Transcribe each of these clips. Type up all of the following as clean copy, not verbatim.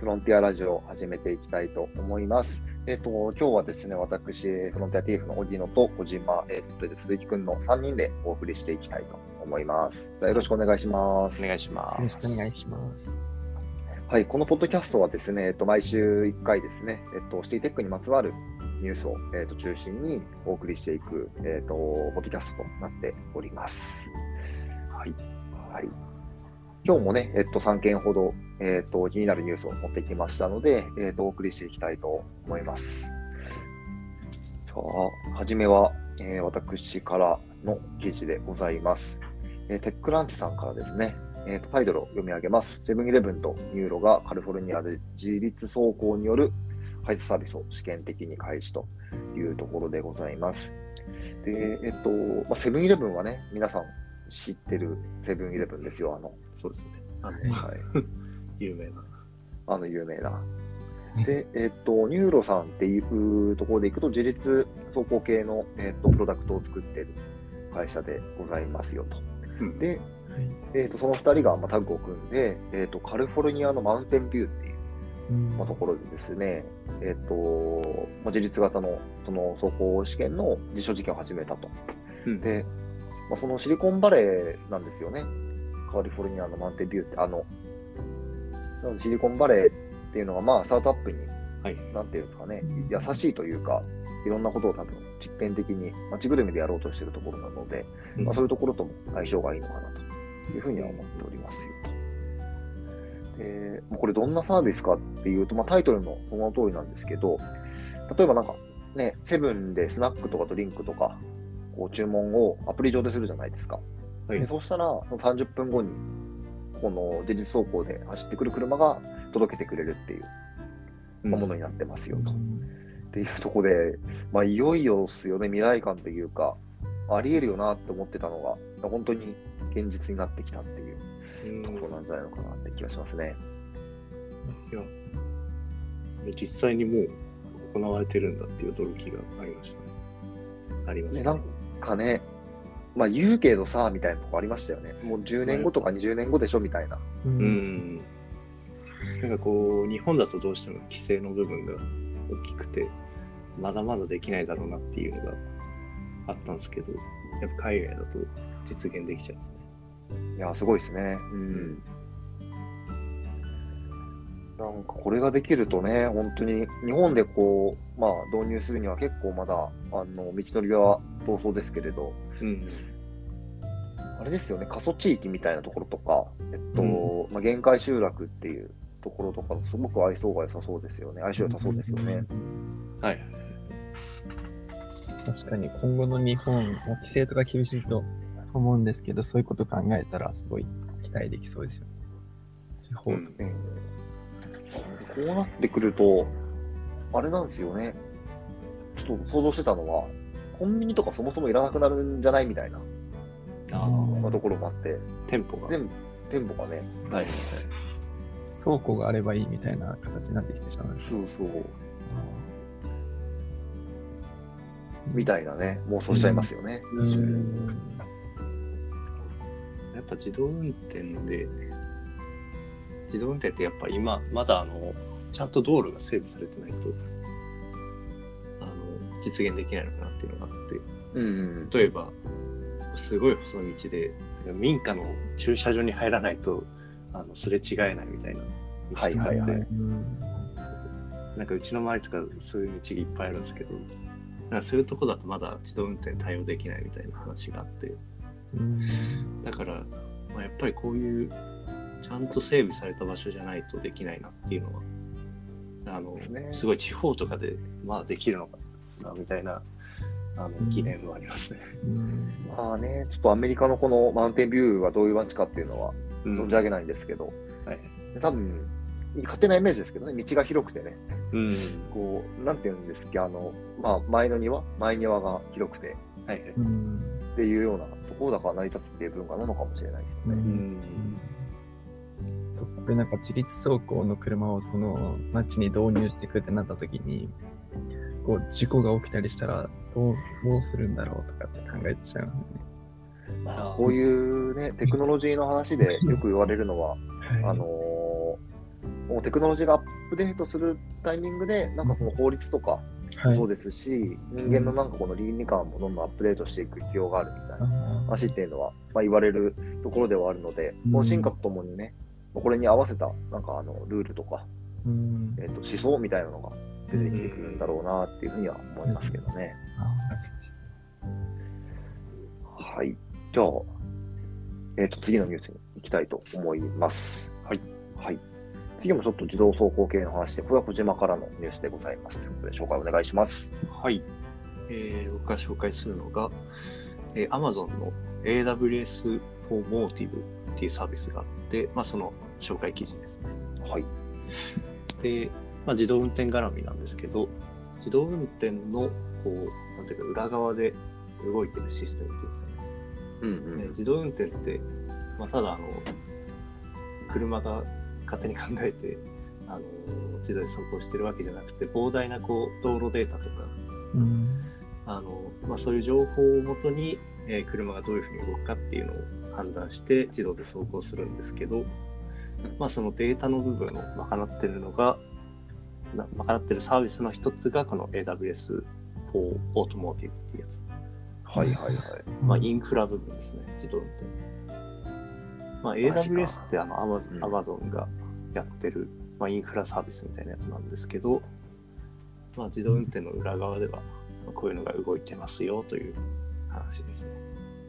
フロンティアラジオを始めていきたいと思います。今日はですね、私、フロンティア TF の荻野と小島、それで鈴木くんの3人でお送りしていきたいと思います。じゃあよろしくお願いします。 お願いします。 よろしくお願いします。 はい、このポッドキャストはですね、毎週1回ですね、シティテックにまつわるニュースを、中心にお送りしていく、ポッドキャストとなっております。 はい。 はい。今日もね、3件ほど、気になるニュースを持ってきましたので、お送りしていきたいと思います。じゃあ、はじめは、私からの記事でございます。テックランチさんからですね、タイトルを読み上げます。セブンイレブンとニューロがカリフォルニアで自立走行による配達サービスを試験的に開始というところでございます。で、セブンイレブンはね、皆さん知ってるセブンイレブンですよ、 そうですね。 はい、 有名な。 有名な。で、ニューロさんっていうところでいくと、自立走行系の、プロダクトを作っている会社でございますよと。で、その2人がタッグを組んで、カリフォルニアのマウンテンビューっていう、ところでですね、自立型のその走行試験の実証実験を始めたと。で、そのシリコンバレーなんですよね。カリフォルニアのマウンテンビューって、シリコンバレーっていうのが、スタートアップに、なんていうんですかね、優しいというか、いろんなことを多分実験的に街ぐるみでやろうとしているところなので、そういうところとも相性がいいのかなというふうには思っておりますよと。で、これどんなサービスかっていうと、タイトルのその通りなんですけど、例えばなんかね、セブンでスナックとかドリンクとか、こう注文をアプリ上でするじゃないですか。でそうしたら、30分後に、この自立走行で走ってくる車が届けてくれるっていうものになってますよと。っていうところで、いよいよですよね、未来感というか、ありえるよなって思ってたのが、本当に現実になってきたっていうところなんじゃないのかなって気がしますね。 いや、実際にもう行われてるんだっていう驚きがありましたね。ありますね。 なんかね、言うけどさ、みたいなとこありましたよね。もう10年後とか20年後でしょ、みたいな。 なんかこう、日本だとどうしても規制の部分が大きくて、まだまだできないだろうなっていうのがあったんですけど、やっぱ海外だと実現できちゃうんですね。 いや、すごいですね。なんかこれができるとね、本当に日本でこう、導入するには結構まだ道のりは遠そうですけれど、あれですよね、過疎地域みたいなところとか、限界集落っていうところとか、すごく相性が良さそうですよね。相性良さそうですよね。 はい。 確かに今後の日本も規制とか厳しいと思うんですけど、そういうこと考えたらすごい期待できそうですよね。地方とか。 こうなってくると、あれなんですよね。ちょっと想像してたのは、コンビニとかそもそもいらなくなるんじゃないみたいなところもあって、 店舗がね。 倉庫があればいいみたいな形になってきてしまうんです。 そう。みたいなね、妄想しちゃいますよね。 やっぱ自動運転ってやっぱ今まだちゃんと道路が整備されてないと実現できないのかなっていうのがあって、例えばすごい細道で民家の駐車場に入らないとすれ違えないみたいな道があって、なんかうちの周りとかそういう道がいっぱいあるんですけど、なんかそういうとこだとまだ自動運転対応できないみたいな話があって、だから、やっぱりこういうちゃんと整備された場所じゃないとできないなっていうのはすごい地方とかでできるのかなみたいな疑念はありますね。 ちょっとアメリカのこのマウンテンビューはどういう街かっていうのは存じ上げないんですけど、多分勝手なイメージですけどね、道が広くてね、こうなんていうんですか、前庭が広くて、っていうようなところだから成り立つっていう文化なのかもしれないですよね。 これなんか自立走行の車をこの街に導入してくるってなった時に、こう事故が起きたりしたらどうするんだろうとかって考えてしまいますね。 こういうねテクノロジーの話でよく言われるのは、 テクノロジーがアップデートするタイミングで、なんかその法律とかもそうですし、人間のなんかこの倫理観もどんどんアップデートしていく必要があるみたいな話っていうのは、言われるところではあるので、この進化とともにね、これに合わせたなんかルールとか、思想みたいなのが出てきてくるんだろうなっていうふうには思いますけどね。はい。じゃあ、次のニュースに行きたいと思います。 はい。 はい。次もちょっと自動走行系の話で、これは小島からのニュースでございますということで、紹介お願いします。 はい。僕が紹介するのが、Amazon の AWS for Motive っていうサービスがあって、その紹介記事ですね。 はい。 で、自動運転絡みなんですけど、自動運転のなんていうか裏側で動いてるシステムっていうんですかね。自動運転って、ただ車が勝手に考えて自動で走行してるわけじゃなくて、膨大な道路データとか、そういう情報をもとに、車がどういうふうに動くかっていうのを判断して自動で走行するんですけど、そのデータの部分を賄ってるサービスの一つがこの AWS for Automotive っていうやつ。 はいはいはい。 インフラ部分ですね、自動運転。AWS ってAmazon がやってる、インフラサービスみたいなやつなんですけど、自動運転の裏側ではこういうのが動いてますよという話ですね。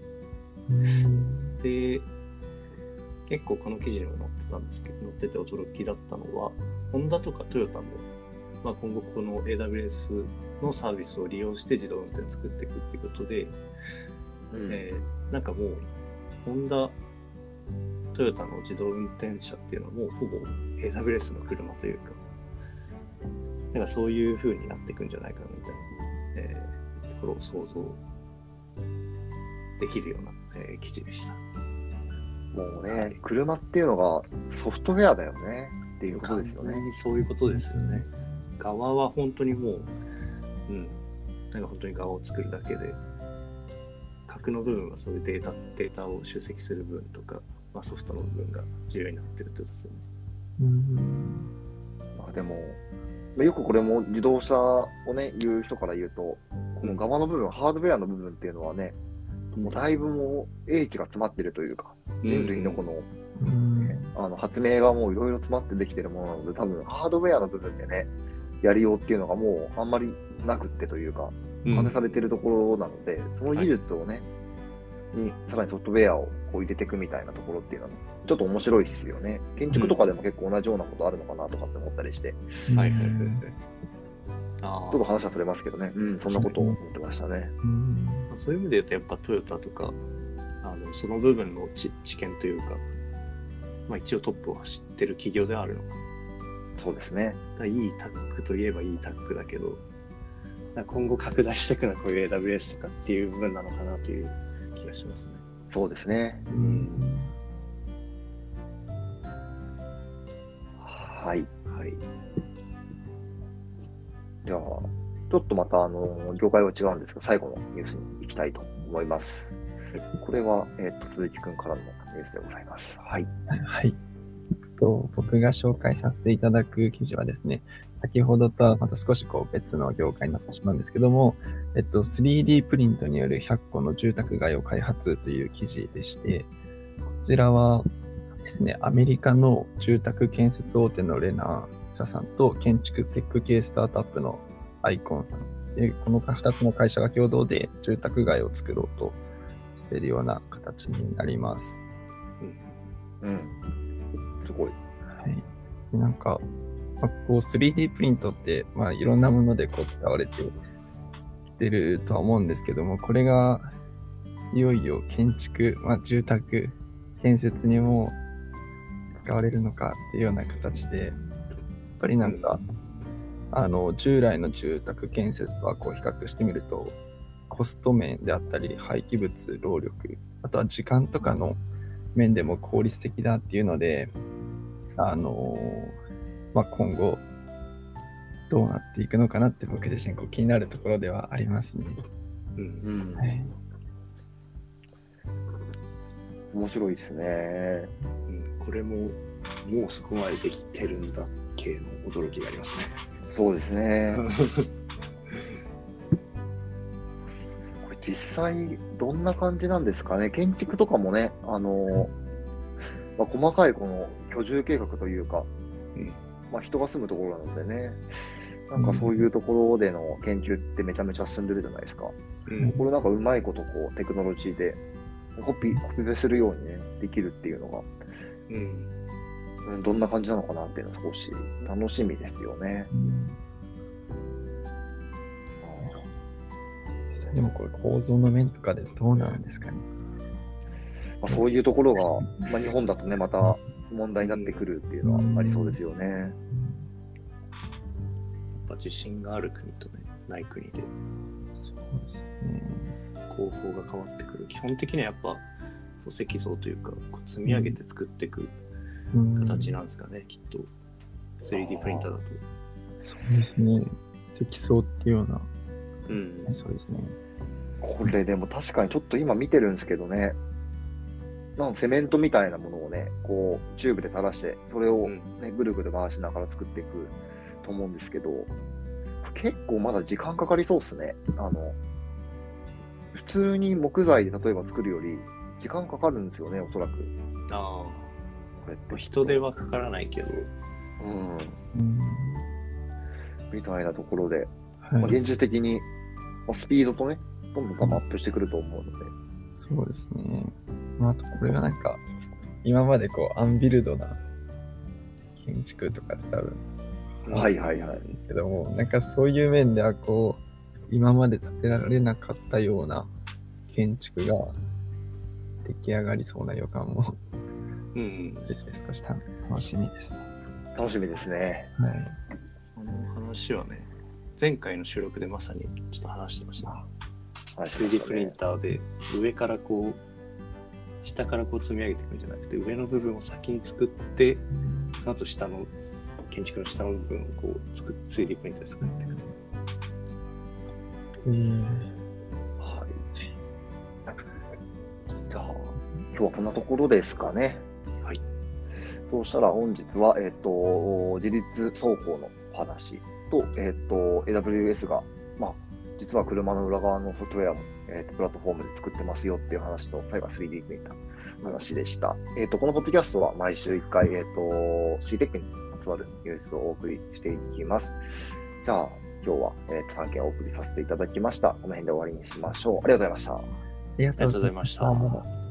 で、結構この記事にも載ってたんですけど、載ってて驚きだったのは、ホンダとかトヨタも、今後この AWS のサービスを利用して自動運転作っていくってことで、なんかもう、ホンダ、トヨタの自動運転車っていうのはもうほぼ AWS の車というか、なんかそういう風になっていくんじゃないかなみたいな、ところを想像できるような、記事でした。 もうね、車っていうのがソフトウェアだよねっていうことですよね。 完全にそういうことですよね。側は本当にもう、なんか本当に側を作るだけで、核の部分はそういうデータを集積する部分とか、ソフトの部分が重要になってるってことですよね。 でも、よくこれも自動車をね、言う人から言うと、この側の部分、ハードウェアの部分っていうのはね、もうだいぶもう英知が詰まってるというか、人類のこの、発明がもういろいろ詰まってできてるものなので、多分ハードウェアの部分でね、やりようっていうのがもうあんまりなくってというか、完成されてるところなので、その技術をね、にさらにソフトウェアを入れていくみたいなところっていうのは、ちょっと面白いですよね。建築とかでも結構同じようなことあるのかなとかって思ったりして。ちょっと話はそれますけどね。そんなことを思ってましたね。 そういう意味で言うと、やっぱトヨタとか、その部分の知見というか、一応トップを走ってる企業ではあるのかな。 そうですね。 いいタッグといえばいいタッグだけど、今後拡大していくのはこういう AWS とかっていう部分なのかなという気がしますね。 そうですね。はい。じゃあ、ちょっとまた業界は違うんですが、最後のニュースに行きたいと思います。これは、鈴木くんからのニュースでございます。はい。 僕が紹介させていただく記事はですね、先ほどとはまた少し別の業界になってしまうんですけども、3D プリントによる100個の住宅街を開発という記事でして、こちらはですね、アメリカの住宅建設大手のレナー社さんと建築テック系スタートアップのアイコンさん、この2つの会社が共同で住宅街を作ろうとしているような形になります。 すごい。 なんか、3D プリントって、いろんなもので使われてきてるとは思うんですけども、これがいよいよ建築、住宅建設にも使われるのかっていうような形で、やっぱりなんか、従来の住宅建設とは比較してみると、コスト面であったり、廃棄物、労力、あとは時間とかの面でも効率的だっていうので、今後どうなっていくのかなって僕自身気になるところではありますね。 面白いですね。 これももうそこまでできてるんだ系の驚きがありますね。 そうですね。これ実際どんな感じなんですかね。建築とかもね、細かいこの居住計画というか、人が住むところなのでね、なんかそういうところでの研究ってめちゃめちゃ進んでるじゃないですか。これなんかうまいことこうテクノロジーでコピペするようにね、できるっていうのが、どんな感じなのかなっていうのは少し楽しみですよね。 でもこれ構造の面とかでどうなんですかね。 そういうところが、日本だとね、また問題になってくるっていうのはありそうですよね。 やっぱ地震がある国とね、ない国で、 そうですね。 工法が変わってくる。基本的にはやっぱ石像というか、こう積み上げて作っていく形なんですかね、きっと。3D プリンターだと。 そうですね。積層っていうような。そうですね。 これでも確かにちょっと今見てるんですけどね、なんかセメントみたいなものをね、こうチューブで垂らして、それを、ねぐるぐる回しながら作っていくと思うんですけど、結構まだ時間かかりそうですね。普通に木材で例えば作るより時間かかるんですよね、おそらく。 これって人手はかからないけど、 みたいなところで、現実的にスピードとね、どんどん多分アップしてくると思うので。 そうですね。あとこれがなんか、今までこうアンビルドな建築とかって多分、ですけども、なんかそういう面ではこう、今まで建てられなかったような建築が出来上がりそうな予感も、少し楽しみですね。 楽しみですね。 この話はね、前回の収録でまさにちょっと話してました。3D プリンターで上からこう、下からこう積み上げていくんじゃなくて、上の部分を先に作って、その後下の、建築の下の部分をこう3D プリンターで作っていく。 じゃあ、今日はこんなところですかね。そうしたら本日は、自立走行の話と、AWS が、実は車の裏側のソフトウェアも、プラットフォームで作ってますよっていう話と、最後は 3D プリンターの話でした。このポッドキャストは毎週1回、CTEC にまつわるニュースをお送りしていきます。じゃあ、今日は、3件お送りさせていただきました。この辺で終わりにしましょう。ありがとうございました。 ありがとうございました。